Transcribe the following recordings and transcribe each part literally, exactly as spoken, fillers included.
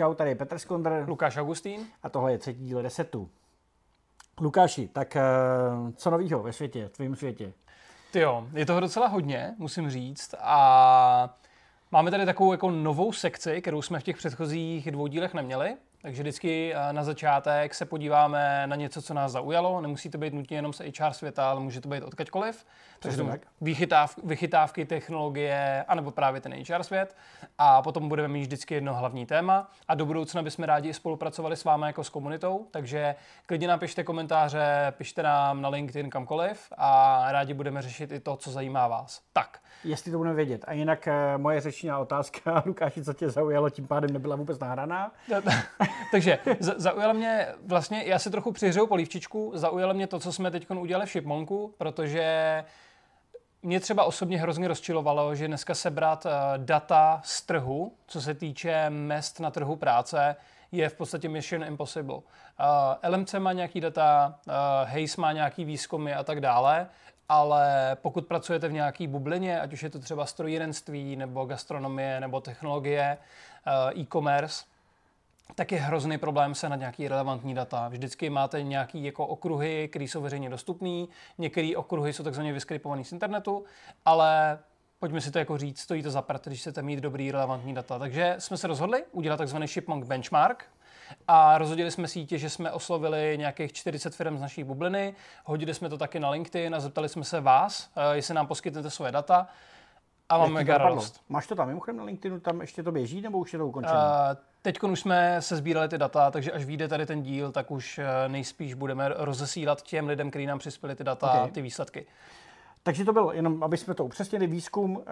Čau, tady je Petr Skondr. Lukáš Augustín. A tohle je třetí díl Resetu. Lukáši, tak co novýho ve světě, v tvém světě? Tyjo, je toho docela hodně, musím říct. A máme tady takovou jako novou sekci, kterou jsme v těch předchozích dvou dílech neměli. Takže vždycky na začátek se podíváme na něco, co nás zaujalo. Nemusí to být nutně jenom z H R světa, ale může to být odkaďkoliv. Takže vychytáv, vychytávky, technologie, anebo právě ten H R svět. A potom budeme mít vždycky jedno hlavní téma. A do budoucna bychom rádi i spolupracovali s vámi jako s komunitou. Takže klidně nám pište komentáře, pište nám na LinkedIn kamkoliv a rádi budeme řešit i to, co zajímá vás. Tak. Jestli to budeme vědět. A jinak moje řečnická otázka, Lukáši, co tě zaujalo, tím pádem nebyla vůbec nahraná. Takže zaujalo mě, vlastně já si trochu přihřeju polívčičku, zaujalo mě to, co jsme teď udělali v Shipmonku, protože mě třeba osobně hrozně rozčilovalo, že dneska sebrat data z trhu, co se týče mezd na trhu práce, je v podstatě mission impossible. Uh, L M C má nějaký data, uh, Hays má nějaký výzkumy a tak dále, ale pokud pracujete v nějaký bublině, ať už je to třeba strojírenství, nebo gastronomie, nebo technologie, uh, e-commerce, tak je hrozný problém se na nějaký relevantní data. Vždycky máte nějaký jako okruhy, které jsou veřejně dostupné, některé okruhy jsou takzvaně vyskripované z internetu, ale pojďme si to jako říct, stojí to za prd, když chcete mít dobrý relevantní data. Takže jsme se rozhodli udělat takzvaný Shipmonk benchmark a rozhodili jsme sítě, že jsme oslovili nějakých čtyřicet firm z naší bubliny, hodili jsme to taky na LinkedIn a zeptali jsme se vás, jestli nám poskytnete svoje data. A máme mega radost. Máš to tam mimochodem na LinkedInu, tam ještě to běží, nebo už je to ukončené? Uh, Teď už jsme se sbírali ty data, takže až vyjde tady ten díl, tak už nejspíš budeme rozesílat těm lidem, kteří nám přispěli ty data, okay. ty výsledky. Takže to byl, jenom aby jsme to upřesnili, výzkum,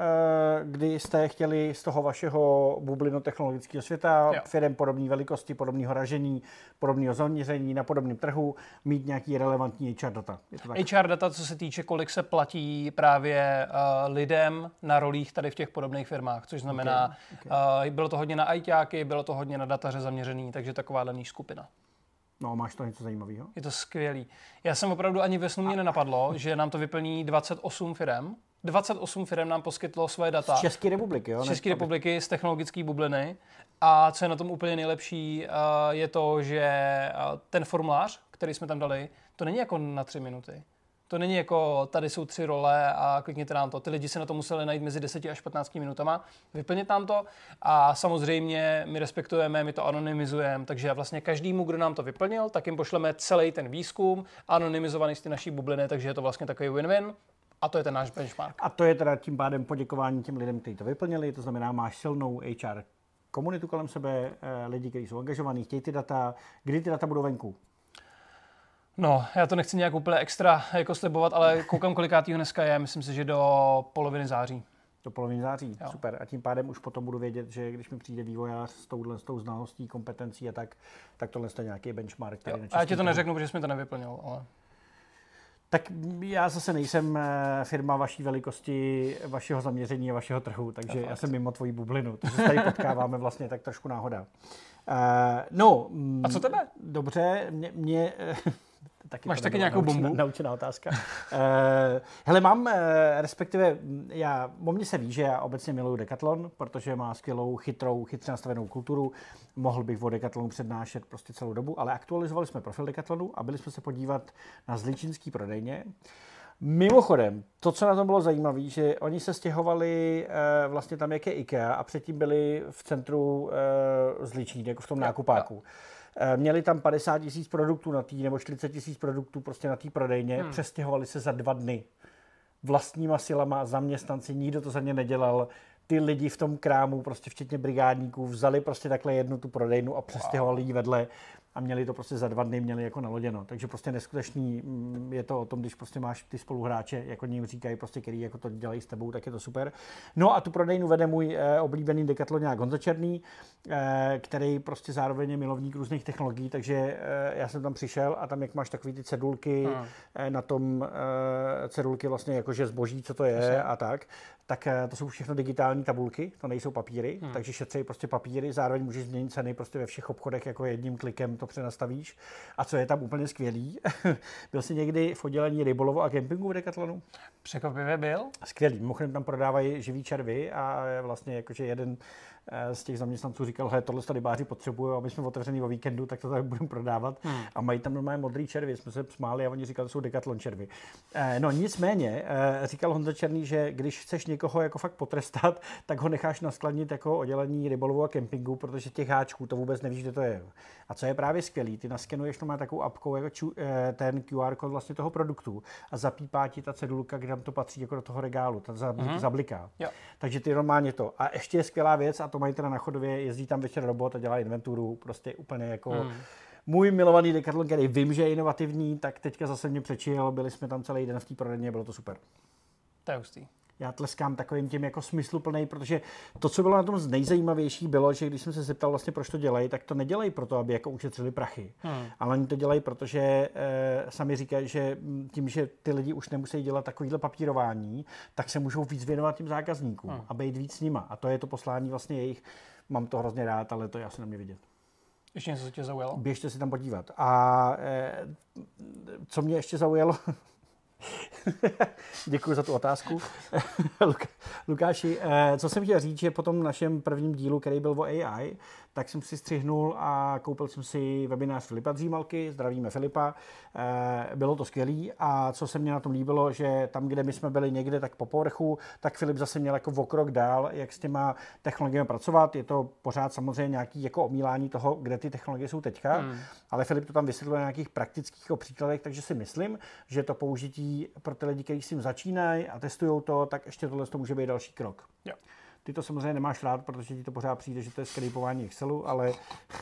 kdy jste chtěli z toho vašeho bublinotechnologického světa, jo. firem podobné velikosti, podobného ražení, podobného zaměření na podobném trhu, mít nějaký relevantní H R data. Je to tak? H R data, co se týče, kolik se platí právě uh, lidem na rolích tady v těch podobných firmách, což znamená, okay. Okay. Uh, bylo to hodně na ajťáky, bylo to hodně na dataře zaměřený, takže taková níž skupina. No, máš to něco zajímavého? Je to skvělý. Já jsem opravdu ani ve snu mě nenapadlo, že nám to vyplní dvacet osm firem. dvacet osm firem nám poskytlo svoje data. Z České republiky, jo? Z České republiky, z technologické bubliny. A co je na tom úplně nejlepší, je to, že ten formulář, který jsme tam dali, to není jako na tři minuty. To není jako, tady jsou tři role a klikněte nám to. Ty lidi si na to museli najít mezi deseti až patnácti minutama, vyplnit nám to a samozřejmě my respektujeme, my to anonymizujeme, takže vlastně každému, kdo nám to vyplnil, tak jim pošleme celý ten výzkum, anonymizovaný z ty naší bubliny, takže je to vlastně takový win-win. A to je ten náš benchmark. A to je teda tím pádem poděkování těm lidem, kteří to vyplnili, to znamená, máš silnou H R komunitu kolem sebe, lidi, kteří jsou angažovaní, chtějí ty data, kdy ty data budou venku? No, já to nechci nějak úplně extra jako slibovat, ale koukám, kolikátýho dneska je, myslím si, že do poloviny září. Do poloviny září, jo. Super. A tím pádem už potom budu vědět, že když mi přijde vývojář s touhle, s tou znalostí, kompetencí a tak, tak tohle je nějaký benchmark. Tady a já ti to neřeknu, protože jsi mi to nevyplnil, ale... Tak já zase nejsem firma vaší velikosti, vašeho zaměření a vašeho trhu, takže já jsem mimo tvoji bublinu. Takže se tady potkáváme vlastně tak trošku náhoda. Uh, no, a co tebe? Dobře, mě... mě Taky Máš taky nějakou naučená, bombu? Naučená otázka. uh, hele, mám, uh, respektive, já, o mně se ví, že já obecně miluju Decathlon, protože má skvělou, chytrou, chytře nastavenou kulturu. Mohl bych o Decathlonu přednášet prostě celou dobu, ale aktualizovali jsme profil Decathlonu a byli jsme se podívat na zličínský prodejně. Mimochodem, to, co na tom bylo zajímavé, že oni se stěhovali uh, vlastně tam, jak je IKEA, a předtím byli v centru uh, Zličín, jako v tom nákupáku. Měli tam padesát tisíc produktů na tý, nebo čtyřicet tisíc produktů prostě na té prodejně, hmm. přestěhovali se za dva dny. Vlastníma silama, zaměstnanci, nikdo to za ně nedělal. Ty lidi v tom krámu, prostě včetně brigádníků, vzali prostě takhle jednu tu prodejnu a přestěhovali ji vedle a měli to prostě za dva dny, měli jako naloděno. Takže prostě neskutečný je to o tom, když prostě máš ty spoluhráče, jako ním říkají, prostě, který jako to dělají s tebou, tak je to super. No a tu prodejnu vede můj eh, oblíbený Decathloniák Honza Černý, eh, který prostě zároveň je milovník různých technologií, takže eh, já jsem tam přišel a tam, jak máš takový ty cedulky, hmm. eh, na tom eh, cedulky vlastně jakože zboží, co to je Myslím. a tak, tak eh, to jsou všechno digitální tabulky, to nejsou papíry, hmm. takže šetří prostě papíry, zároveň můžeš změnit ceny prostě ve všech obchodech jako jedním klikem to přenastavíš. A co je tam úplně skvělý, byl jsi někdy v oddělení rybolovu a kempingu v Decathlonu? Překvapivě byl. Skvělý. Mimochodem tam prodávají živý červy a vlastně jakože jeden z těch zaměstnanců říkal, hele, tohle rybáři potřebují, aby jsme otevřený o víkendu, tak to tak budeme prodávat. Hmm. A mají tam normálně modrý červy, jsme se smáli a oni říkali, že jsou Decathlon červy. No nicméně, říkal Honza Černý, že když chceš někoho jako fakt potrestat, tak ho necháš naskladnit jako oddělení rybolovu a kempingu, protože těch háčků to vůbec nevíš, kde to je. A co je právě skvělý, ty naskenuješ to má takovou apkou jako ču, ten Q R kód vlastně toho produktu a zapípá ti ta cedulka, kde tam to patří jako do toho regálu, ta mm-hmm. zabliká. Jo. Takže ty normálně to. A ještě je skvělá věc, a to mají teda na Chodově, jezdí tam večer robot a dělá inventuru, prostě úplně jako mm. můj milovaný Decathlon, který vím, že je inovativní, tak teďka zase mě přečil, byli jsme tam celý den v té prodejně, bylo to super. To je hustý. Já tleskám takovým tím jako smysluplnej, protože to, co bylo na tom nejzajímavější, bylo, že když jsem se zeptal vlastně, proč to dělají, tak to nedělají proto, aby jako ušetřili prachy. Hmm. Ale oni to dělají, protože e, sami říkají, že tím, že ty lidi už nemusí dělat takovýhle papírování, tak se můžou víc věnovat těm zákazníkům hmm. a být víc s nima. A to je to poslání vlastně jejich. Mám to hrozně rád, ale to je asi na mě vidět. Ještě něco, co tě zaujalo? Běžte si tam podívat. A e, co mě ještě zaujalo... Děkuji za tu otázku. Lukáši, co jsem chtěl říct, že po tom našem prvním dílu, který byl o A I, tak jsem si střihnul a koupil jsem si webinář Filipa Dřímalky, zdravíme Filipa, bylo to skvělý a co se mně na tom líbilo, že tam, kde my jsme byli někde tak po povrchu, tak Filip zase měl jako o krok dál, jak s těma technologiemi pracovat, je to pořád samozřejmě nějaký jako omílání toho, kde ty technologie jsou teďka, hmm. ale Filip to tam vysvětluje na nějakých praktických příkladech, takže si myslím, že to použití pro ty lidi, kteří s tím začínají a testují to, tak ještě tohle to může být další krok. Jo. Ty to samozřejmě nemáš rád, protože ti to pořád přijde, že to je skrypování Excelu, ale...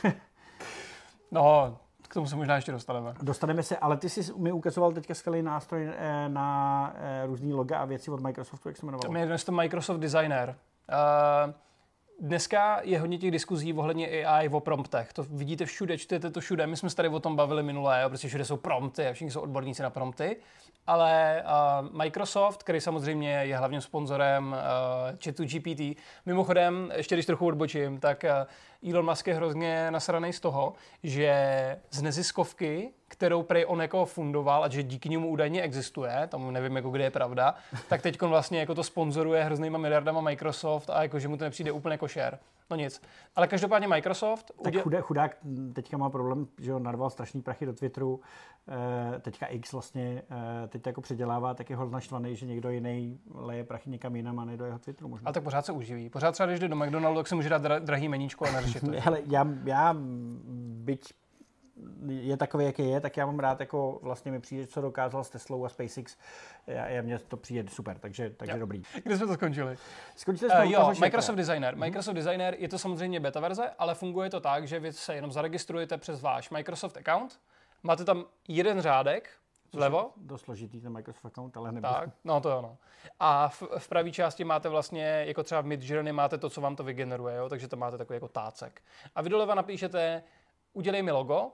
no, k tomu se možná ještě dostaneme. Dostaneme se, ale ty jsi mi ukazoval teďka skvělý nástroj na různý loga a věci od Microsoftu, jak se jmenovalo? Jmenuje se to Microsoft Designer. Uh... Dneska je hodně těch diskuzí ohledně A I o promptech. To vidíte všude, čtete to všude. My jsme se tady o tom bavili minulé, jo, protože všude jsou prompty a všichni jsou odborníci na prompty. Ale uh, Microsoft, který samozřejmě je hlavním sponzorem uh, chatu G P T, mimochodem, ještě když trochu odbočím, tak uh, Elon Musk je hrozně nasranej z toho, že z neziskovky, kterou prej on jako fundoval a že díky němu údajně existuje, tam nevím, jako kde je pravda, tak teď vlastně jako to sponzoruje hroznýma miliardama Microsoft a jako, že mu to nepřijde úplně košer. No nic. Ale každopádně Microsoft... Tak udě... chudák, chudák teďka má problém, že on narval strašný prachy do Twitteru, teďka X vlastně teď jako předělává, tak je ho naštvaný, že někdo jiný leje prachy někam jinam a ne do jeho Twitteru možná. Ale tak pořád se uživí. Pořád třeba, když jde do McDonaldu, tak se může dát dra- drahý meníčko a neřešit to. Hele, já, já byť je takový, jaký je, tak já mám rád, jako vlastně mi přijde, co dokázal s Teslou a SpaceX. A mně to přijde super, takže, takže jo. Dobrý. Kde jsme to skončili? Skončili jsme uh, jo, toho, Microsoft Designer. Hmm. Microsoft Designer je to samozřejmě beta verze, ale funguje to tak, že vy se jenom zaregistrujete přes váš Microsoft account, máte tam jeden řádek vlevo. Dost složitý ten Microsoft account, ale nebudu. Tak, no to jo, no. A v, v pravé části máte vlastně, jako třeba v Midjourney máte to, co vám to vygeneruje, jo? Takže to máte takový jako tácek. A vy doleva napíšete, udělej mi logo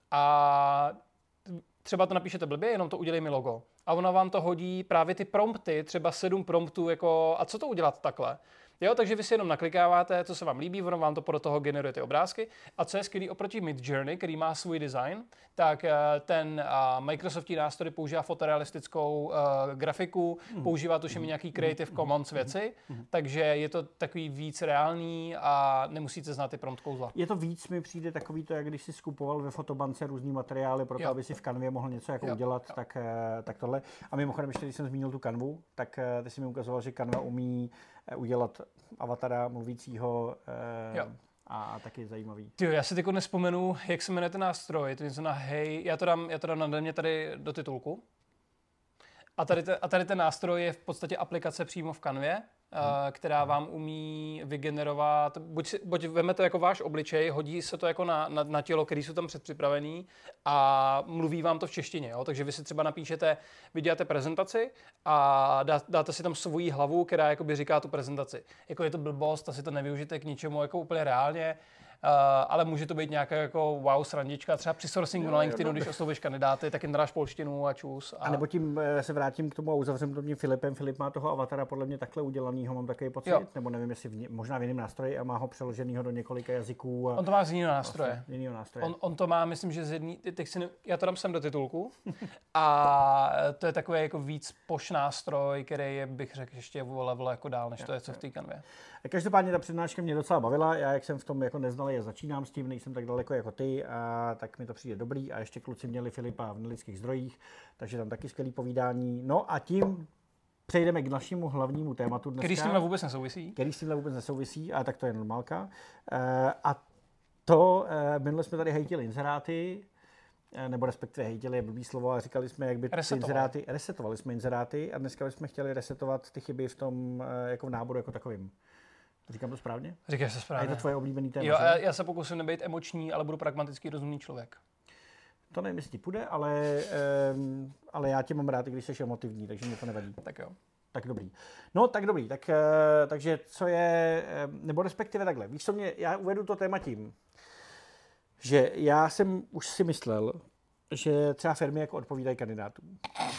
a třeba to napíšete blbě, jenom to udělej mi logo. A ona vám to hodí právě ty prompty, třeba sedm promptů, jako a co to udělat takhle. Jo, takže vy si jenom naklikáváte, co se vám líbí, ono vám to podle toho generuje ty obrázky. A co je skvělý oproti Midjourney, který má svůj design, tak ten uh, Microsoftí nástroj používá fotorealistickou uh, grafiku, mm. používá tuším nějaký Creative Commons věci, mm. takže je to takový víc reálný a nemusíte znát ty prompt kouzla. Je to víc, mi přijde takový to, jak když si skupoval ve fotobance různý materiály pro to, jo. aby si v kanvě mohl něco jako jo. udělat, jo. Tak, tak tohle. A mimochodem, ještě když jsem zmínil tu kanvu, tak ty si mi ukazoval, že kanva umí udělat avatara mluvícího eh, a taky zajímavý. Tyjo, já si teď nespomenu, jak se jmenuje ten nástroj, to něco na hej, já to dám, já to dám na mě tady do titulku. A tady, te, a tady ten nástroj je v podstatě aplikace přímo v kanvě, hmm. uh, která vám umí vygenerovat, buď, si, buď veme to jako váš obličej, hodí se to jako na, na, na tělo, který jsou tam předpřipravený a mluví vám to v češtině. Jo? Takže vy si třeba napíšete, vy děláte prezentaci a dá, dáte si tam svoji hlavu, která jakoby říká tu prezentaci. Jako je to blbost, asi to nevyužijete k ničemu jako úplně reálně. ale může to být nějaká jako wow srandička, třeba při sourcingu jo, na LinkedInu, no. Když oslovuješ kandidáty, tak jim dáš polštinu a čus. A... a nebo tím se vrátím k tomu a uzavřem to tím Filipem. Filip má toho avatara podle mě takhle udělanýho, mám takový pocit, jo. Nebo nevím, jestli v, možná v jiném nástroji a má ho přeloženýho do několika jazyků. A... On to má z jiného nástroje. Vlastně, jinýho nástroje. On, on to má, myslím, že z jedný, teď si ne, já to dám sem do titulku a to je takový jako víc poš nástroj, který je, bych řekl, ještě o level jako dál, než jo, to je co v té kanvě. Každopádně ta přednáška mě docela bavila, já jak jsem v tom jako neznal, je začínám s tím, nejsem tak daleko jako ty, a tak mi to přijde dobrý a ještě kluci měli Filipa v Nelidských zdrojích, takže tam taky skvělý povídání. No a tím přejdeme k našemu hlavnímu tématu dneska. Který s tímhle vůbec nesouvisí. Který s tímhle vůbec nesouvisí, a tak to je normálka. E, a to, e, minule jsme tady hejtili inzeráty, nebo respektive hejtili je blbý slovo a říkali jsme, jak by ty inzeráty, resetovali jsme inzeráty a dneska bychom chtěli resetovat ty chyby v tom jako v náboru jako takovým. Říkám to správně? Říkáš to správně. A je to tvoje oblíbený téma, jo, já, já se pokusím nebejt emoční, ale budu pragmatický, rozumný člověk. To nevím, jestli ti půjde, ale, um, ale já tě mám rád, když jsi emotivní, takže mě to nevadí. Tak jo. Tak dobrý. No, tak dobrý. Tak, uh, takže co je, um, nebo respektive takhle. Víš co mě, já uvedu to téma tím, že já jsem už si myslel, že třeba firmy jako odpovídají kandidátům.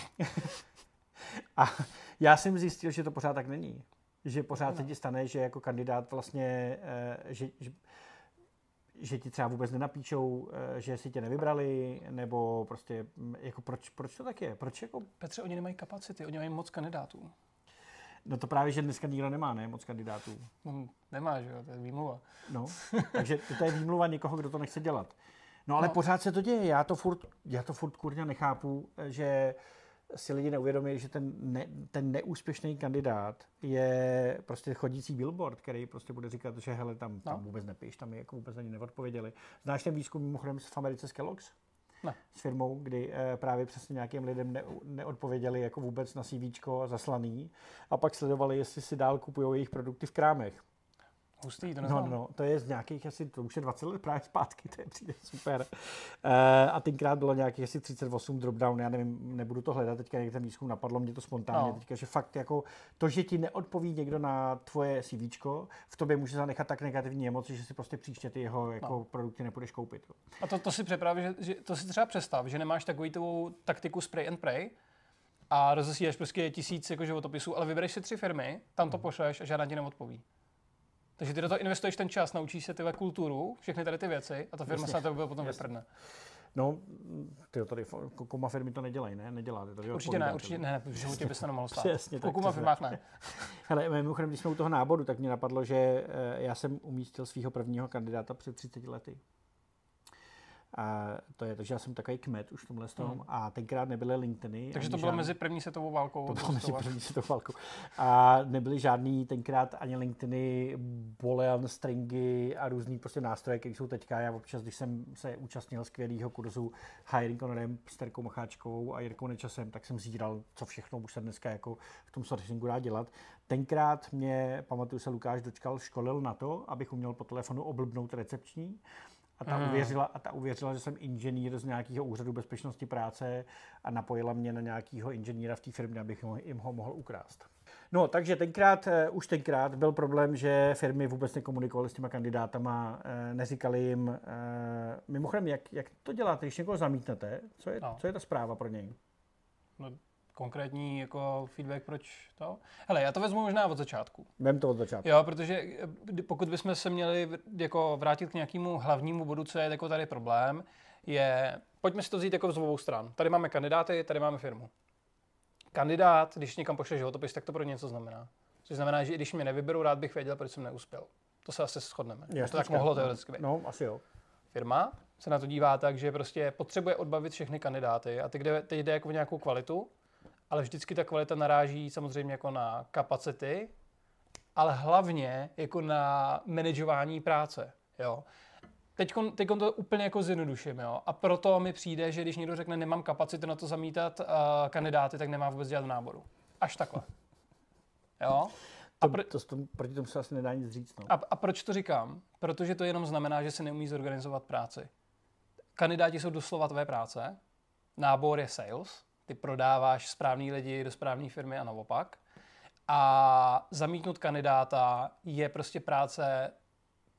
A já jsem zjistil, že to pořád tak není. Že pořád se ti stane, že jako kandidát vlastně, že, že, že ti třeba vůbec nenapíšou, že si tě nevybrali, nebo prostě, jako proč, proč to tak je? Proč jako... Petře, oni nemají kapacity, oni mají moc kandidátů. No to právě, že dneska nikdo nemá, ne? Moc kandidátů. No, nemá, že jo? To je výmluva. No, takže to je výmluva někoho, kdo to nechce dělat. No ale no. Pořád se to děje. Já to furt, já to furt kurňa nechápu, že si lidi neuvědomí, že ten, ne, ten neúspěšný kandidát je prostě chodící billboard, který prostě bude říkat, že hele, tam, tam no. vůbec nepíš, tam je jako vůbec ani neodpověděli. Znáš ten výzkum mimochodem v Americe z Kellogg's? Ne. S firmou, kdy eh, právě přesně nějakým lidem ne, neodpověděli jako vůbec na CVčko zaslaný a pak sledovali, jestli si dál kupují jejich produkty v krámech. Hustý, to neznám. No, no, to je z nějakých asi, to už je dvacet let právě zpátky, to je přijde super. Uh, a tenkrát bylo nějakých asi třicet osm dropdown, já nevím, nebudu to hledat, teďka někde ten výzkum napadlo, mě to spontánně, no. Teďka, že fakt jako to, že ti neodpoví někdo na tvoje CVčko, v tobě může zanechat tak negativní emoci, že si prostě příště ty jeho jako no. produkty nepůjdeš koupit. Jo. A to, to si přepraví, že, že to si třeba představ, že nemáš takovou tu taktiku spray and pray a rozesíláš prostě tisíc jako životopisů, ale vybereš si tři firmy, tam to pošleš a žádná ti neodpoví. Takže ty do toho investuješ ten čas, naučíš se tyhle kulturu, všechny tady ty věci a ta firma jasně, se na tebe potom vyprdne. No, ty tady kokoma firmy to nedělají, ne? Neděláte to. Určitě ne, určitě ne, v životě bys to nemohl stát. Přesně, v kokoma firmách ne. Hele, mimochodem, když jsme u toho náboru, tak mě napadlo, že já jsem umístil svého prvního kandidáta před třiceti lety. A to je to, že já jsem takový kmet už v tomhle tom hmm. a tenkrát nebyly LinkedIny. Takže to bylo žádný... mezi první světovou válkou. To bylo mezi první světovou válkou. A nebyly žádný tenkrát ani LinkedIny, Boolean stringy a různý prostě nástroje, které jsou teďka. Já občas, když jsem se účastnil skvělého kurzu Hiring on Ramp s Terkou Macháčkovou a Jirkou Nečasem, tak jsem zíral, co všechno už se dneska jako v tom sourcingu dá dělat. Tenkrát mě, pamatuju se, Lukáš Dočkal školil na to, abych uměl po telefonu oblbnout recepční. A ta, mm. uvěřila, a ta uvěřila, že jsem inženýr z nějakého úřadu bezpečnosti práce a napojila mě na nějakého inženýra v té firmě, abych jim ho mohl ukrást. No, takže tenkrát, už tenkrát byl problém, že firmy vůbec nekomunikovaly s těma kandidátama, neříkali jim, mimochodem, jak, jak to děláte, když někoho zamítnete, co je, no. co je ta zpráva pro něj? No, konkrétní jako feedback, proč to? Hele, já to vezmu možná od začátku. Vem to od začátku. Jo, protože pokud bychom se měli jako vrátit k nějakému hlavnímu bodu, co je jako tady problém, je, pojďme si to vzít jako z obou stran. Tady máme kandidáty, tady máme firmu. Kandidát, když někam pošle životopis, tak to pro ně něco znamená. Což znamená, že i když mě nevyberou, rád bych věděl, proč jsem neuspěl. To se asi shodneme. To tak mohlo teoreticky být. No, asi jo. Firma se na to dívá tak, že prostě potřebuje odbavit všechny kandidáty a teď jde, teď jde jako o nějakou kvalitu, ale vždycky ta kvalita naráží samozřejmě jako na kapacity, ale hlavně jako na manažování práce. Jo. Teďkon, teďkon to úplně jako zjednoduším, jo. A proto mi přijde, že když někdo řekne, nemám kapacitu na to zamítat uh, kandidáty, tak nemá vůbec dělat v náboru. Až takhle. Jo. A pro... to, to, proti tomu se asi nedá nic říct. No. A, a proč to říkám? Protože to jenom znamená, že si neumí zorganizovat práci. Kandidáti jsou doslova tvé práce, nábor je sales, ty prodáváš správný lidi do správné firmy a naopak. A zamítnout kandidáta je prostě práce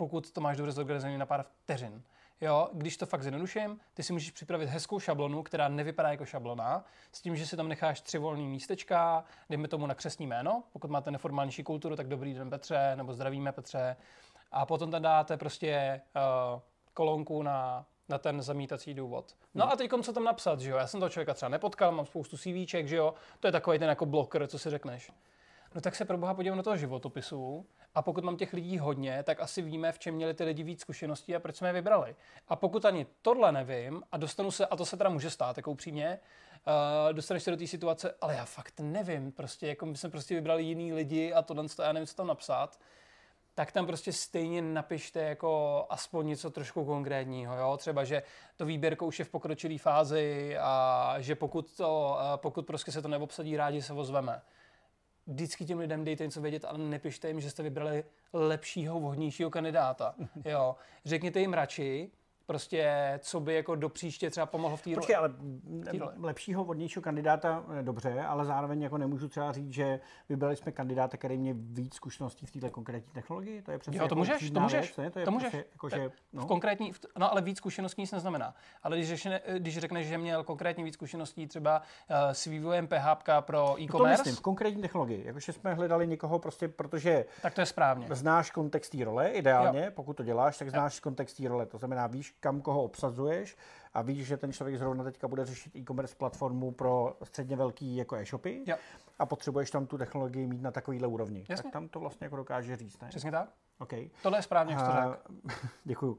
pokud to máš dobře zorganizované na pár vteřin. Jo, když to fakt zjednoduším, ty si můžeš připravit hezkou šablonu, která nevypadá jako šablona, s tím, že si tam necháš tři volný místečka, dejme tomu na křestní jméno, pokud máte neformálnější kulturu, tak dobrý den Petře, nebo zdravíme Petře. A potom tam dáte prostě uh, kolonku na, na ten zamítací důvod. No hmm. a teď co tam napsat, že jo? Já jsem toho člověka třeba nepotkal, mám spoustu CVček, že jo? To je takový ten jako bloker, co si řekneš. No tak se pro boha podívám do toho životopisu a pokud mám těch lidí hodně, tak asi víme, v čem měli ty lidi víc zkušeností a proč jsme je vybrali. A pokud ani tohle nevím a dostanu se, a to se teda může stát, jako upřímně, uh, dostaneš se do té situace, ale já fakt nevím, prostě jako my jsme prostě vybrali jiný lidi a tohle, já nevím, co tam napsat, tak tam prostě stejně napište jako aspoň něco trošku konkrétního, jo? Třeba, že to výběrko už je v pokročilé fázi a že pokud, to, pokud prostě se to neobsadí, rádi se ozveme. Vždycky těm lidem dejte něco vědět, ale nepište jim, že jste vybrali lepšího, vhodnějšího kandidáta. Jo. Řekněte jim radši, prostě, co by jako do příště třeba pomohlo v té roli. Počkej, ale lepšího, vhodnějšího kandidáta dobře, ale zároveň jako nemůžu třeba říct, že vybrali jsme kandidáta, který mě víc zkušeností v této konkrétní technologii. To je přesně jo, to jako můžeš, to můžeš, věc, ne? To je to můžeš. Prostě jako, že, no. V konkrétní, v, no ale víc zkušeností nic neznamená. Ale když, řekne, když řekneš, že měl konkrétně víc zkušeností třeba uh, s vývojem P H P pro e-commerce. To myslím, v konkrétní technologii. Jakože jsme hledali někoho prostě, protože tak to je správně. Znáš kontext té role, ideálně, jo. Pokud to děláš, tak znáš jo. kontext té role. To znamená, víš, kam koho obsazuješ a víš, že ten člověk zrovna teďka bude řešit e-commerce platformu pro středně velký jako e-shopy jo. a potřebuješ tam tu technologii mít na takovýhle úrovni. Jasně. Tak tam to vlastně jako dokáže říct, ne? Přesně tak. Okay. Tohle je správně, jak to řekl. Děkuju.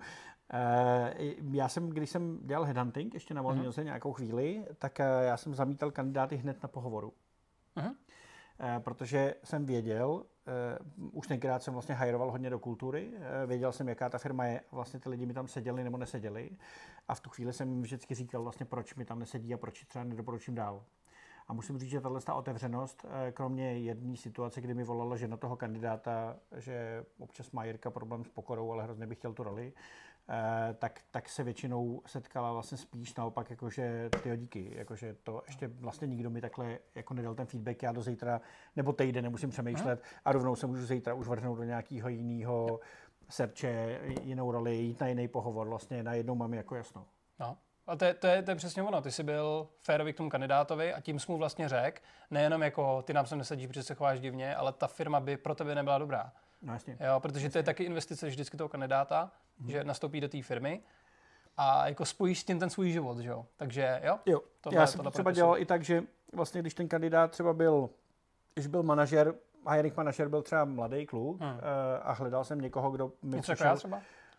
Já jsem, když jsem dělal headhunting ještě na volné noze nějakou chvíli, tak já jsem zamítal kandidáty hned na pohovoru. Uh-huh. Protože jsem věděl, uh, už tenkrát jsem vlastně hajroval hodně do kultury, uh, věděl jsem, jaká ta firma je, vlastně ty lidi mi tam seděli nebo neseděli a v tu chvíli jsem jim vždycky říkal vlastně, proč mi tam nesedí a proč třeba nedoporučím dál. A musím říct, že tato otevřenost, kromě jedné situace, kdy mi volala žena toho kandidáta, že občas má Jirka problém s pokorou, ale hrozně bych chtěl tu roli, tak, tak se většinou setkala vlastně spíš naopak, jakože tyjo díky, jakože to ještě vlastně nikdo mi takhle jako nedal ten feedback, já do zítra nebo týden nemusím přemýšlet a rovnou se můžu zítra už vrhnout do nějakého jiného searche, jinou roli, jít na jiný pohovor, vlastně najednou mám jako jasno. No. A to je, to, je, to je přesně ono. Ty jsi byl férový k tomu kandidátovi a tím jsi mu vlastně řekl, nejenom jako ty nám sem nesedíš, protože se chováš divně, ale ta firma by pro tebe nebyla dobrá. No jasně. Jo, protože jasně. To je taky investice vždycky toho kandidáta, hmm. že nastoupí do té firmy a jako spojíš s tím ten svůj život, že jo. Takže jo. Jo, tohle, já jsem tohle třeba dělal i tak, že vlastně když ten kandidát třeba byl, když byl manažer, hiring manažer byl třeba mladý kluk hmm. a hledal jsem někoho, kdo mi něco přišel... jako já třeba?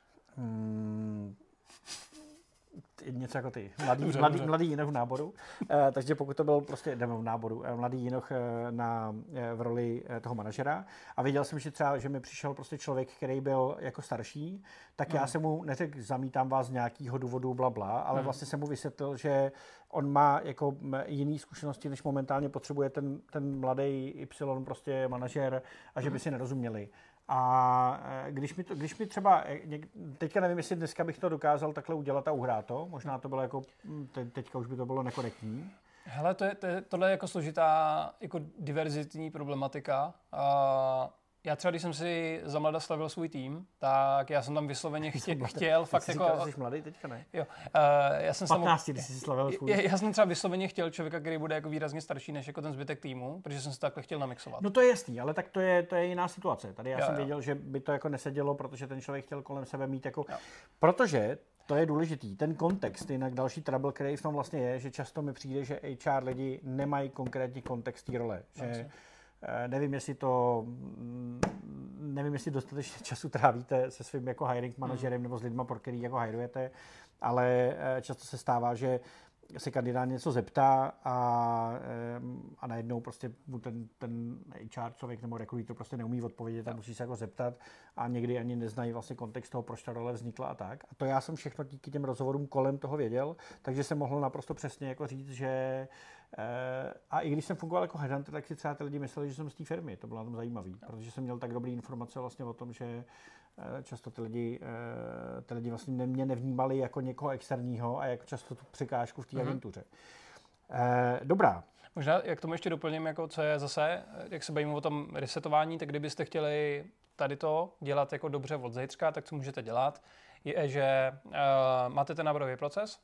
Hmm, něco jako ty, mladý, dobře, mladý, dobře. mladý jinoch v náboru. E, takže pokud to byl prostě, jdeme v náboru, e, mladý jinoch e, na, e, v roli e, toho manažera a viděl jsem, že třeba, že mi přišel prostě člověk, který byl jako starší, tak hmm. já jsem mu neřekl, zamítám vás z nějakého důvodu, blabla, ale hmm. vlastně jsem mu vysvětlil, že on má jako jiný zkušenosti, než momentálně potřebuje ten, ten mladý Y prostě manažer a že by si nerozuměli. A když mi, to, když mi třeba, teďka nevím, jestli dneska bych to dokázal takhle udělat a uhrát to, možná to bylo jako, te, teďka už by to bylo nekorektní. Hele, to je, to je, tohle je jako složitá jako diverzitní problematika. A já třeba, když jsem si za mlada stavil svůj tým, tak já jsem tam vysloveně chtě, chtěl fakt jako... Říkal, že jsi mladý teďka, ne? Jo. Uh, já jsem patnáct, když jsi slavil svůj... Já, já jsem třeba vysloveně chtěl člověka, který bude jako výrazně starší než jako ten zbytek týmu, protože jsem se takhle chtěl namixovat. No to je jasný, ale tak to je, to je jiná situace. Tady já jo, jsem jo. věděl, že by to jako nesedělo, protože ten člověk chtěl kolem sebe mít jako... Jo. Protože to je důležitý. Ten kontext, jinak další trouble, který v tom vlastně je, že často mi přijde, že H R lidi nemají konkrétní kontext té role. Že Vlastně. Nevím, jestli to, nevím, jestli dostatečně času trávíte se svým jako hiring manažerem nebo s lidma, pro který jako hirujete, ale často se stává, že se kandidát něco zeptá a, a najednou prostě mu ten, ten H R člověk nebo rekruter prostě neumí odpovědět a musí se jako zeptat a někdy ani neznají vlastně kontext toho, proč ta role vznikla a tak. A to já jsem všechno díky těm rozhovorům kolem toho věděl, takže jsem mohl naprosto přesně jako říct, že a i když jsem fungoval jako headhunter, tak si třeba ty lidi mysleli, že jsem z té firmy. To bylo na tom zajímavý, protože jsem měl tak dobré informace vlastně o tom, že často ty lidi, ty lidi vlastně mě nevnímali jako někoho externího a jako často tu překážku v té mm-hmm. agentuře. Dobrá. Možná, jak tomu ještě doplním, jako co je zase, jak se bavíme o tom resetování, tak kdybyste chtěli tady to dělat jako dobře od zítřka, tak co můžete dělat, je, že uh, máte ten náborový proces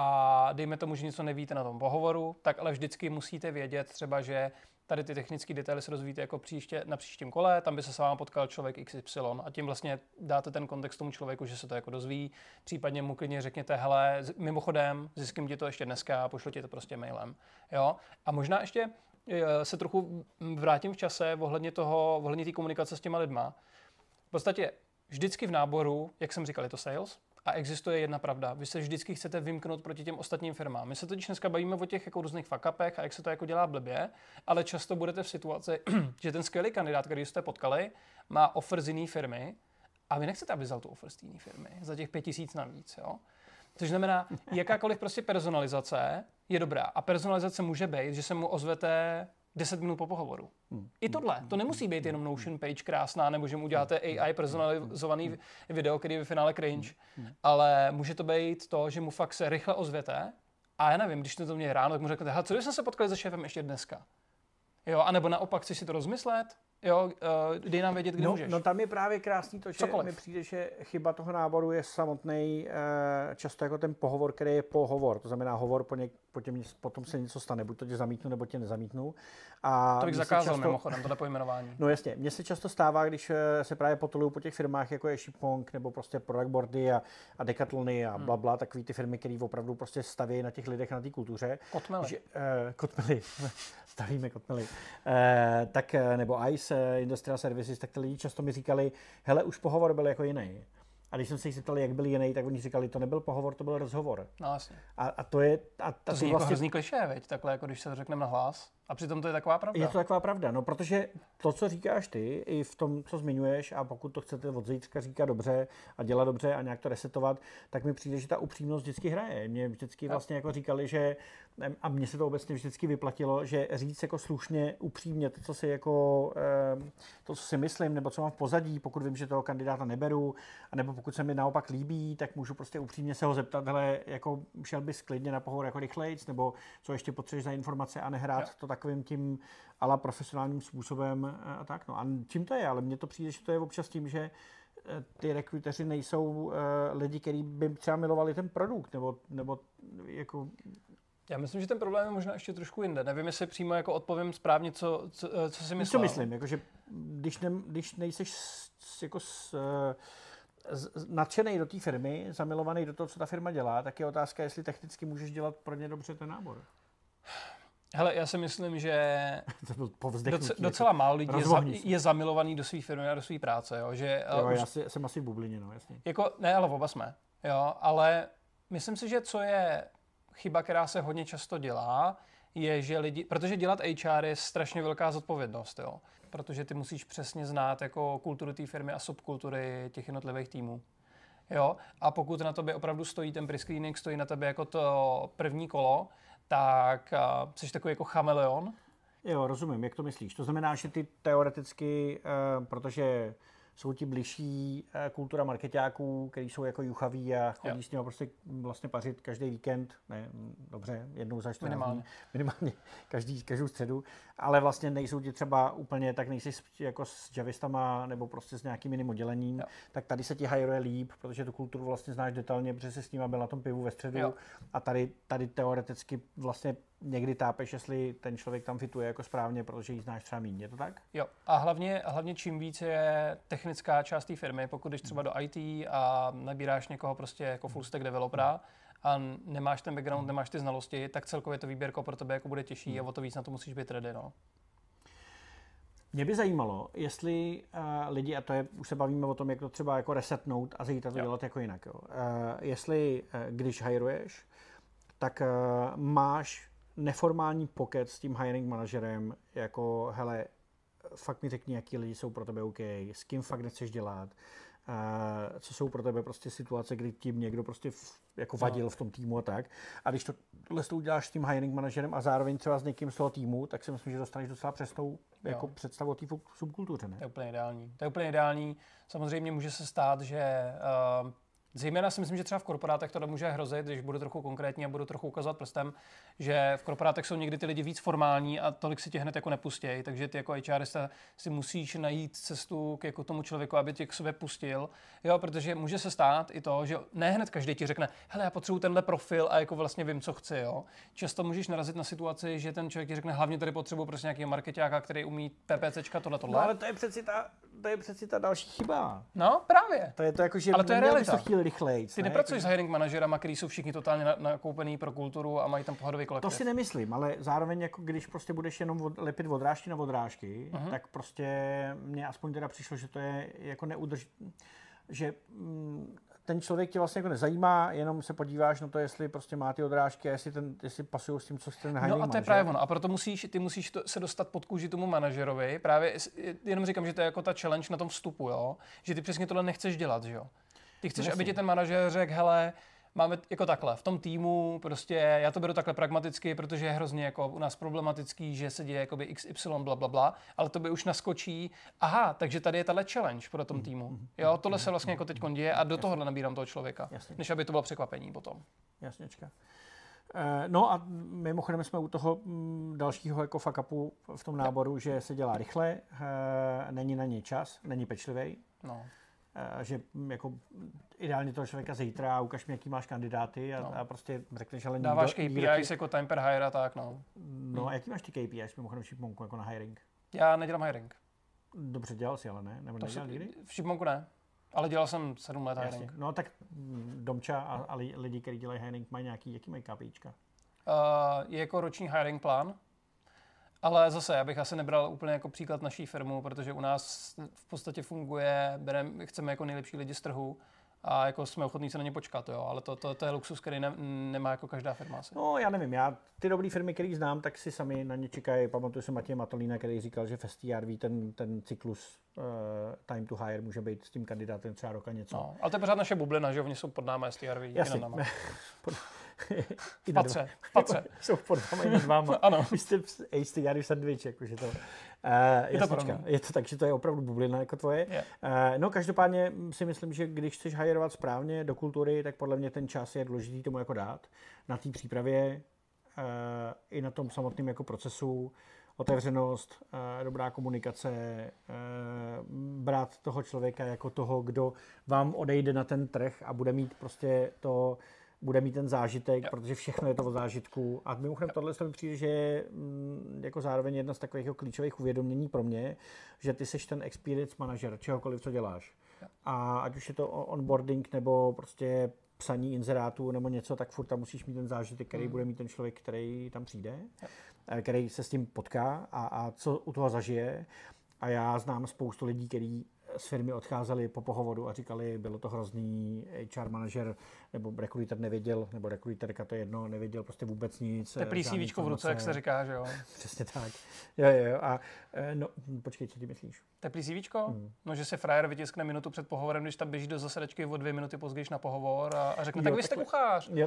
a dejme tomu, že něco nevíte na tom pohovoru, tak ale vždycky musíte vědět třeba, že tady ty technické detaily se rozvíjíte jako příště, na příštím kole, tam by se s vámi potkal člověk iks ypsilon a tím vlastně dáte ten kontext tomu člověku, že se to jako dozví, případně mu klidně řekněte, hele, mimochodem, zjistím ti to ještě dneska a pošlu ti to prostě mailem. Jo? A možná ještě se trochu vrátím v čase ohledně toho, ohledně té komunikace s těma lidma. V podstatě vždycky v náboru, jak jsem říkal, je to sales, a existuje jedna pravda. Vy se vždycky chcete vymknout proti těm ostatním firmám. My se totiž dneska bavíme o těch jako různých fuck-upech a jak se to jako dělá blbě, ale často budete v situaci, že ten skvělý kandidát, který jste potkali, má offer z jiné firmy a vy nechcete, aby vzal tu offer z jiné firmy za těch pět tisíc navíc. Jo? Což znamená, jakákoliv prostě personalizace je dobrá. A personalizace může být, že se mu ozvete deset minut po pohovoru. Hmm. I tohle. To nemusí být jenom Notion page krásná, nebo že mu uděláte A I personalizovaný video, který je v finále cringe, ale může to být to, že mu fakt se rychle ozvěte a já nevím, když to to mě ráno, tak mu řeknete, hele, co když jsme se potkali se šéfem ještě dneska? Jo, anebo naopak, chceš si to rozmyslet? Jo, uh, dej nám vědět, kdy no, můžeš. No tam je právě krásný to, že Cokoliv. mi přijde, že chyba toho náboru je samotný uh, často jako ten pohovor, který je pohovor. To znamená hovor, po, něk, po těm, potom se něco stane, buď to tě zamítnu, nebo tě nezamítnu. A to bych zakázal často, mimochodem, tohle pojmenování. No jasně, mně se často stává, když se právě potoluju po těch firmách, jako je Shipmonk, nebo prostě Product Boardy a, a Decathlony a blabla, hmm. takový ty firmy, které opravdu prostě staví na těch lidech, na té kultuře. Kotmely. Že, uh, kotmely. Stavíme kotmely. Uh, tak, nebo Ice, Industrial Services, tak ty lidi často mi říkali, hele, už pohovor byl jako jiný. A když jsem se jich zeptali, jak byl jiný, tak oni říkali, to nebyl pohovor, to byl rozhovor. No vlastně. A, a to je... A, to zní vlastně... jako hrozný klišé, veď? Takhle, jako když se to řekneme na hlas. A přitom to je taková pravda. Je to taková pravda, no, protože to, co říkáš ty, i v tom, co zmiňuješ, a pokud to chcete od zítřka říkat dobře a dělat dobře a nějak to resetovat, tak mi přijde, že ta upřímnost vždycky hraje. Mě vždycky vlastně jako říkali, že, a mně se to obecně vždycky vyplatilo, že říct jako slušně, upřímně to, co si jako, to, co si myslím, nebo co mám v pozadí, pokud vím, že toho kandidáta neberu, nebo pokud se mi naopak líbí, tak můžu prostě upřímně se ho zeptat, hele, jako šel bys klidně na pohovor jako rychlejc, nebo co ještě potřebuješ za informace a nehrát jo. to takovým tím ala profesionálním způsobem a tak. No. A čím to je? Ale mně to přijde, že to je občas tím, že ty rekruteři nejsou uh, lidi, kteří by třeba milovali ten produkt, nebo, nebo jako... Já myslím, že ten problém je možná ještě trošku jinde. Nevím, jestli přímo jako odpovím správně, co, co, co si myslel. Co myslím? Jako, že když, ne, když nejseš s, jako s, s, nadšenej do té firmy, zamilovaný do toho, co ta firma dělá, tak je otázka, jestli technicky můžeš dělat pro ně dobře ten nábor. Hele, já si myslím, že doce, docela málo lidí je, za, je zamilovaný do své firmy a do své práce. Jo? Že, jo, už, já si, jsem asi v bublině, no, jasně. Jako, ne, ale oba jsme. Jo? Ale myslím si, že co je chyba, která se hodně často dělá, je, že lidi, protože dělat H R je strašně velká zodpovědnost, jo? Protože ty musíš přesně znát jako kulturu té firmy a subkultury těch jednotlivých týmů. Jo? A pokud na tobě opravdu stojí ten pre-screening, stojí na tebe jako to první kolo, tak uh, jsi takový jako chameleon. Jo, rozumím, jak to myslíš. To znamená, že ty teoreticky, uh, protože jsou ti bližší uh, kultura marketáků, kteří jsou jako juchaví a chodí jo. s nimi prostě vlastně pařit každý víkend, ne, dobře, jednou za čtrnáct minimálně. minimálně každý, každou středu, ale vlastně nejsou ti třeba úplně, tak nejsi jako s javistama nebo prostě s nějakým jiným oddělením, jo. tak tady se ti hajruje líp, protože tu kulturu vlastně znáš detailně, protože jsi s nima byl na tom pivu ve středu jo. a tady, tady teoreticky vlastně někdy tápeš, jestli ten člověk tam fituje jako správně, protože ji znáš třeba méně, je to tak? Jo, a hlavně, hlavně čím víc je technická část té firmy, pokud jdeš třeba do I T a nabíráš někoho prostě jako full stack developera a nemáš ten background, nemáš ty znalosti, tak celkově to výběrko pro tebe jako bude těžší a o to víc na to musíš být ready, no. Mě by zajímalo, jestli uh, lidi, a to je, už se bavíme o tom, jak to třeba jako resetnout a zítra to jo. dělat jako jinak, jo. Uh, jestli, uh, když hajruješ, tak uh, máš neformální pocket s tím hiring manažerem, jako hele, fakt mi řekni, jaký lidi jsou pro tebe OK, s kým fakt nechceš dělat, uh, co jsou pro tebe prostě situace, kdy tím někdo prostě v, jako vadil no. v tom týmu a tak. A když to, tohle to uděláš s tím hiring manažerem a zároveň třeba s někým z toho týmu, tak si myslím, že dostaneš docela přesnou jako představu o té subkultuře. Ne? To je úplně ideální. To je úplně ideální. Samozřejmě může se stát, že uh, Zejména si myslím, že třeba v korporátech to může hrozit, když budu trochu konkrétní a budu trochu ukazovat prstem, že v korporátech jsou někdy ty lidi víc formální a tolik si tě hned jako nepustějí, takže ty jako HRista si musíš najít cestu k jako tomu člověku, aby tě k sobě pustil, jo, protože může se stát i to, že ne hned každý ti řekne, hele, já potřebuji tenhle profil a jako vlastně vím, co chci, jo. Často můžeš narazit na situaci, že ten člověk ti řekne, hlavně tady potřebuji prostě nějakého markeťáka, který umí PPCčka, tohle, tohle. No, ale to je přeci ta, to je přeci ta další chyba. No, právě. To je to jako, že ale to je realita. Rychlejc, ty ne? nepracuješ s hiring manažerama, kteří jsou všichni totálně nakoupený pro kulturu a mají tam pohodový kolektiv. To si nemyslím, ale zároveň jako když prostě budeš jenom od, lepit odrážky na odrážky, uh-huh. tak prostě mně aspoň teda přišlo, že to je jako neudrž... že mm, ten člověk tě vlastně jako nezajímá, jenom se podíváš na to, jestli prostě má ty odrážky a jestli, ten, jestli pasují s tím, co chce ten hiring manažer. No a to je právě ono. A proto musíš, ty musíš to, se dostat pod kůži tomu manažerovi. Právě jenom říkám, že to je jako ta challenge na tom vstupu, jo? Že ty přesně tohle nechceš dělat, že jo? Ty chceš, Jasně. aby ti ten manažer řekl, hele, máme jako takhle, v tom týmu prostě, já to beru takhle pragmaticky, protože je hrozně jako u nás problematický, že se děje jakoby X Y bla, bla, bla, ale to by už naskočí, aha, takže tady je tahle challenge pro tom týmu. Jo, tohle se vlastně jako teď děje a do tohohle nabírám toho člověka, Jasně. než aby to bylo překvapení potom. Jasněčka. No a mimochodem jsme u toho dalšího jako fuck upu v tom náboru, že se dělá rychle, není na něj čas, není pečlivý. No. Že jako ideálně toho člověka zítra, ukaž mi, jaký máš kandidáty a, no. a prostě řekneš, ale dáváš K P Is jako time per hire a tak, no. No a jaký máš ty K P Is mimochodem v Shipmonku jako na hiring? Já nedělám hiring. Dobře, dělal jsi ale ne? Nebo to nedělal nikdy? V Shipmonku ne, ale dělal jsem sedm let Jasně. hiring. No tak Domča a, a lidi, kteří dělají hiring, mají nějaký, jaký mají KPIčka? Uh, je jako roční hiring plán. Ale zase, já bych asi nebral úplně jako příklad naší firmu, protože u nás v podstatě funguje, bereme, chceme jako nejlepší lidi z trhu a jako jsme ochotní se na ně počkat, jo. Ale to, to, to je luxus, který ne, nemá jako každá firma asi. No já nevím, já ty dobré firmy, které znám, tak si sami na ně čekají. Pamatuju si Matěje Matolína, který říkal, že v S T R V ten, ten cyklus uh, time to hire může být s tím kandidátem třeba roka něco. No, ale to je pořád naše bublina, že oni jsou pod náma S T R V. Jasně. V patře, v patře. Jsou pod vámi nad váma. Ano. Vy jste S T R V sandwich, jakože to. Uh, je, to je to tak, že to je opravdu bublina jako tvoje. Yeah. Uh, no každopádně si myslím, že když chceš hajrovat správně do kultury, tak podle mě ten čas je důležitý tomu jako dát. Na té přípravě uh, i na tom samotném jako procesu. Otevřenost, uh, dobrá komunikace, uh, brát toho člověka jako toho, kdo vám odejde na ten trh a bude mít prostě to bude mít ten zážitek, yep. protože všechno je to o zážitku. A mimochodem yep. tohle mi přijde, že je mm, jako zároveň jedna z takových jako klíčových uvědomění pro mě, že ty seš ten experience manažer, čehokoliv, co děláš. Yep. A ať už je to onboarding nebo prostě psaní inzerátů nebo něco, tak furt tam musíš mít ten zážitek, který mm. bude mít ten člověk, který tam přijde, yep. který se s tím potká a, a co u toho zažije. A já znám spoustu lidí, kteří z firmy odcházeli po pohovoru a říkali, bylo to hrozný, H R manažer nebo rekruter nevěděl, nebo rekruterka, to je jedno, nevěděl prostě vůbec nic. Teplý CVčko v ruce, jak se říká, že jo? Přesně tak. Jo, jo, a no, počkej, co ty myslíš? Teplý CVčko? Hmm. No, že se frajer vytiskne minutu před pohovorem, když tam běží do zasedačky o dvě minuty později na pohovor a, a řekne, jo, tak vy jste kuchař. Jo,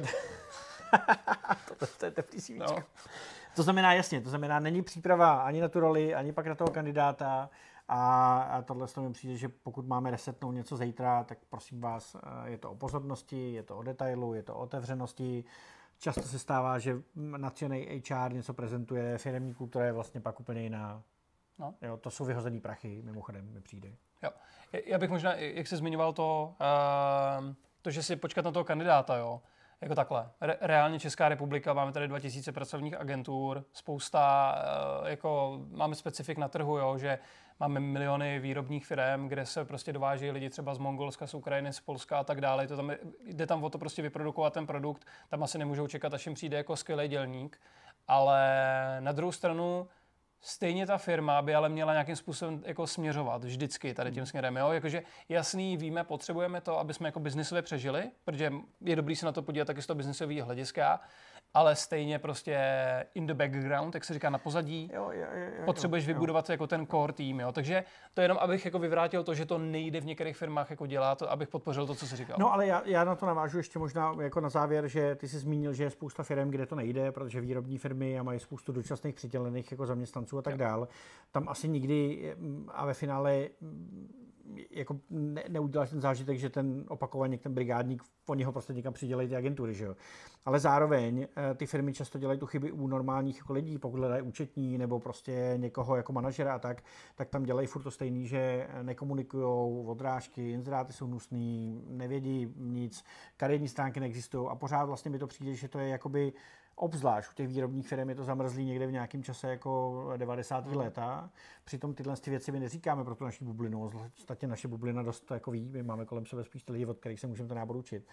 to, to je teplý CVčko. No. To znamená, jasně, to znamená, není příprava ani na tu roli, ani pak na toho kandidáta. A, a tohle mi přijde, že pokud máme resetnout něco zítra, tak prosím vás, je to o pozornosti, je to o detailu, je to o otevřenosti. Často se stává, že nadšený H R něco prezentuje, firemní kultura je vlastně pak úplně jiná. No. Jo, to jsou vyhozený prachy, mimochodem mi přijde. Jo. Já bych možná, jak jsi zmiňoval to, uh, to, že si počkat na toho kandidáta, jo. Jako takhle. Re- reálně Česká republika, máme tady dva tisíce pracovních agentur, spousta, uh, jako máme specifik na trhu, jo, že máme miliony výrobních firm, kde se prostě dováží lidi třeba z Mongolska, z Ukrajiny, z Polska a tak dále. To tam je, jde tam o to prostě vyprodukovat ten produkt. Tam asi nemůžou čekat, až jim přijde jako skvělý dělník. Ale na druhou stranu stejně ta firma by ale měla nějakým způsobem jako směřovat vždycky tady tím směrem. Jo? Jakože jasný, víme, potřebujeme to, aby jsme jako biznisově přežili, protože je dobrý se na to podívat taky z toho biznisového hlediska, ale stejně prostě in the background, jak se říká, na pozadí, jo, jo, jo, jo, potřebuješ jo. vybudovat jako ten core tým. Jo? Takže to je jenom, abych jako vyvrátil to, že to nejde v některých firmách jako dělat, abych podpořil to, co jsi říkal. No ale já, já na to navážu ještě možná jako na závěr, že ty jsi zmínil, že je spousta firm, kde to nejde, protože výrobní firmy a mají spoustu dočasných přidělených jako zaměstnanců a tak dál. Tam asi nikdy a ve finále jako ne, neuděláš ten zážitek, že ten opakovaně ten brigádník, oni ho prostě někam přidělají ty agentury, že jo. Ale zároveň ty firmy často dělají tu chyby u normálních jako lidí, pokud hledají účetní nebo prostě někoho jako manažera a tak, tak tam dělají furt to stejný, že nekomunikujou, odrážky, inzeráty jsou hnusný, nevědí nic, kariérní stránky neexistují a pořád vlastně mi to přijde, že to je jakoby obzvlášť u těch výrobních firm je to zamrzlý někde v nějakém čase jako devadesátá Hmm. léta. Přitom tyhle ty věci my neříkáme pro tu naši bublinu. Ostatně naše bublina dost to jako ví, my máme kolem sebe spíš ty lidi, od kterých se můžeme ten nábor učit.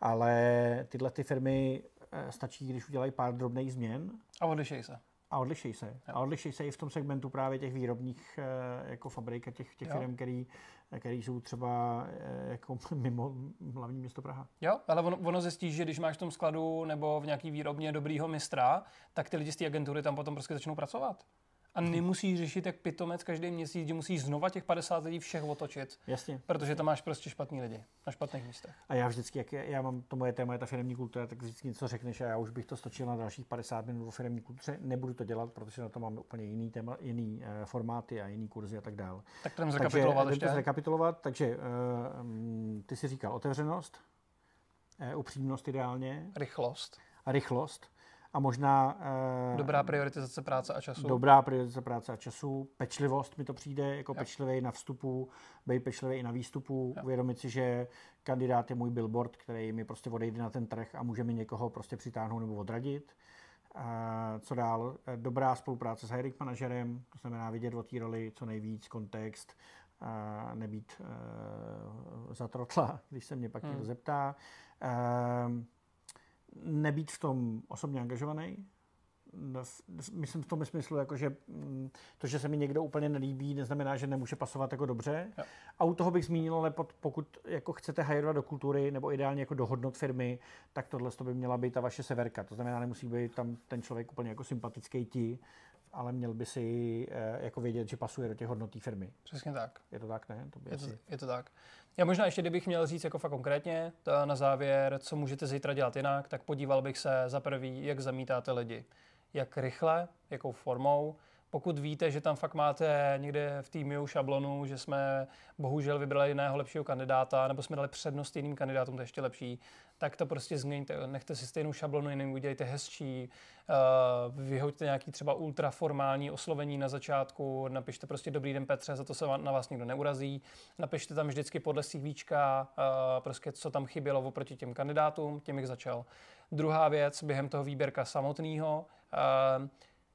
Ale tyhle ty firmy stačí, když udělají pár drobných změn. A odlišej se. A odlišej se. A odlišej se i v tom segmentu právě těch výrobních jako fabrik a těch, těch firm, který, který jsou třeba jako mimo hlavní město Praha. Jo, ale ono, ono zjistí, že když máš v tom skladu nebo v nějaký výrobně dobrýho mistra, tak ty lidi z té agentury tam potom prostě začnou pracovat. A nemusíš řešit jak pitomec každý měsíc, že musíš znova těch padesát lidí všech otočit. Jasně. Protože tam máš prostě špatný lidi na špatných místech. A já vždycky, jak já mám to moje téma, je ta firemní kultura, tak vždycky něco řekneš a já už bych to stočil na dalších padesát minut o firemní kultuře. Nebudu to dělat, protože na to máme úplně jiný téma, jiný uh, formáty a jiný kurzy a tak dál. Tak to jdem zrekapitulovat ještě. zrekapitulovat, takže uh, ty jsi říkal otevřenost, uh, upřímnost ideálně. Rychlost. A rychlost. A možná... Uh, dobrá prioritizace práce a času. Dobrá prioritizace práce a času. Pečlivost mi to přijde, jako pečlivý na vstupu, být pečlivý i na výstupu. Jo. Uvědomit si, že kandidát je můj billboard, který mi prostě odejde na ten trh a může mi někoho prostě přitáhnout nebo odradit. Uh, co dál? Dobrá spolupráce s hiring manažerem, to znamená vidět o té roli co nejvíc, kontext, uh, nebýt uh, zatrotla, když se mě pak hmm. někdo zeptá. Uh, nebýt v tom osobně angažovaný. Myslím v tom smyslu, jako že to, že se mi někdo úplně nelíbí, neznamená, že nemůže pasovat jako dobře. Jo. A u toho bych zmínil, ale pokud jako chcete hajrovat do kultury nebo ideálně jako do hodnot firmy, tak tohle to by měla být ta vaše severka. To znamená, nemusí být tam ten člověk úplně jako sympatický ti, ale měl by si jako vědět, že pasuje do těch hodnot té firmy. Přesně tak. Je to tak, ne? To by je, asi... to, je to tak. Já možná ještě, kdybych měl říct jako fakt konkrétně, na závěr, co můžete zítra dělat jinak, tak podíval bych se za prvý, jak zamítáte lidi. Jak rychle, jakou formou. Pokud víte, že tam fakt máte někde v týmu šablonu, že jsme bohužel vybrali jiného lepšího kandidáta, nebo jsme dali přednost jiným kandidátům, to je ještě lepší, tak to prostě změňte. Nechte si stejnou šablonu, jiným udělejte hezčí, uh, vyhoďte nějaký třeba ultraformální oslovení na začátku, napište prostě dobrý den Petře, za to se na vás nikdo neurazí. Napište tam vždycky podle cívíčka, uh, prostě co tam chybělo oproti těm kandidátům, tím bych začal. Druhá věc, během toho výběrka samotného, uh,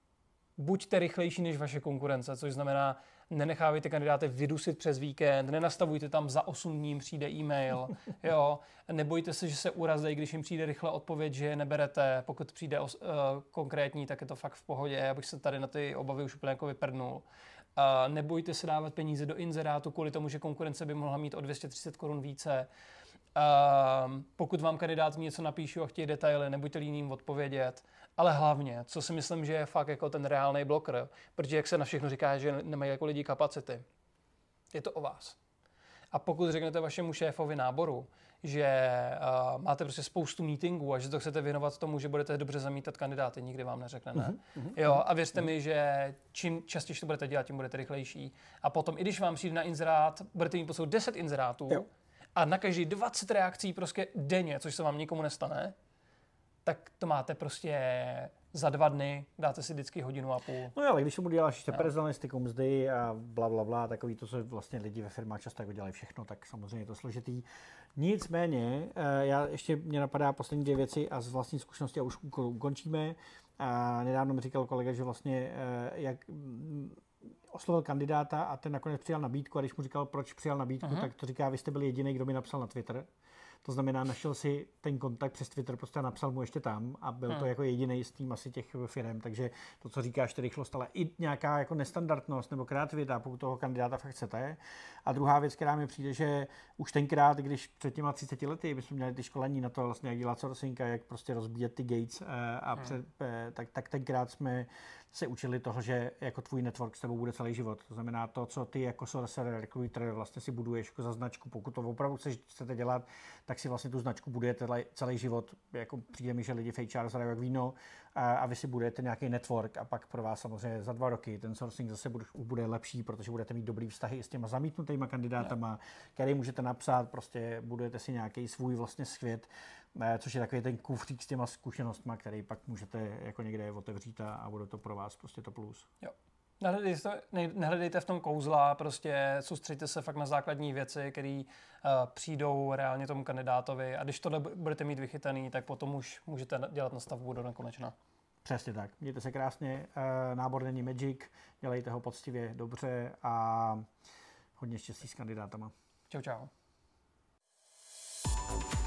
buďte rychlejší než vaše konkurence, což znamená, nenechávejte kandidáty vydusit přes víkend, nenastavujte tam za osm dní přijde e-mail, jo, nebojte se, že se urazí, když jim přijde rychle odpověď, že je neberete, pokud přijde os, uh, konkrétní, tak je to fakt v pohodě, já bych se tady na ty obavy už úplně jako vyprdnul. Uh, nebojte se dávat peníze do inzerátu kvůli tomu, že konkurence by mohla mít o dvě stě třicet korun více. Uh, pokud vám kandidát něco napíšu a chtějí detaily, nebuďte líným odpovědět. Ale hlavně, co si myslím, že je fakt jako ten reálný bloker, protože jak se na všechno říká, že nemají jako lidi kapacity, je to o vás. A pokud řeknete vašemu šéfovi náboru, že uh, máte prostě spoustu meetingů a že to chcete věnovat tomu, že budete dobře zamítat kandidáty, nikdy vám neřekne ne. Uh-huh, jo, a věřte uh-huh. mi, že čím častěji to budete dělat, tím budete rychlejší. A potom, i když vám přijde na inzerát, budete mít poslat deset inzerátů, jo. A na každý dvacet reakcí prostě denně, což se vám nikomu nestane, tak to máte prostě za dva dny, dáte si vždycky hodinu a půl. No jo, ale když tomu děláš ještě personalistiku, mzdy a bla, bla, bla, takový to, co vlastně lidi ve firmách často jako dělají všechno, tak samozřejmě je to složitý. Nicméně, já ještě mě napadá poslední dvě věci a z vlastní zkušenosti a už ukončíme. A nedávno mi říkal kolega, že vlastně jak oslovil kandidáta a ten nakonec přijal nabídku a když mu říkal, proč přijal nabídku, uh-huh. tak to říká, vy jste byli jediný, kdo mi napsal na Twitter. To znamená, našel si ten kontakt přes Twitter, prostě napsal mu ještě tam a byl hmm. to jako jediný z tým asi těch firm, takže to, co říkáš, to rychlost, ale i nějaká jako nestandardnost nebo kreativita, pokud toho kandidáta fakt chcete. A druhá věc, která mi přijde, že už tenkrát, když před těma třiceti lety, my jsme měli ty školení na to, vlastně jak dělat sourcing, jak prostě rozbíjet ty gates a před, hmm. tak, tak tenkrát jsme se učili toho, že jako tvůj network s tebou bude celý život. To znamená to, co ty jako sorcerer, recruiter vlastně si buduješ jako za značku, pokud to opravdu chcete dělat, tak si vlastně tu značku budujete celý život. Jako přijde mi, že lidi v H R zadají jak víno a, a vy si budujete nějaký network a pak pro vás samozřejmě za dva roky ten sourcing zase bude, bude lepší, protože budete mít dobrý vztahy s těma zamítnutýma kandidátama, který můžete napsat, prostě budujete si nějaký svůj vlastně svět, což je takový ten kufřík s těma zkušenostma, který pak můžete jako někde otevřít a, a bude to pro vás prostě to plus. Jo. Nehledejte, to, ne, nehledejte v tom kouzla, prostě soustřeďte se fakt na základní věci, které uh, přijdou reálně tomu kandidátovi a když tohle budete mít vychytaný, tak potom už můžete dělat na stavbu do nekonečna. Přesně tak. Mějte se krásně, uh, nábor není magic, dělejte ho poctivě, dobře a hodně štěstí s kandidátama. Čau, čau.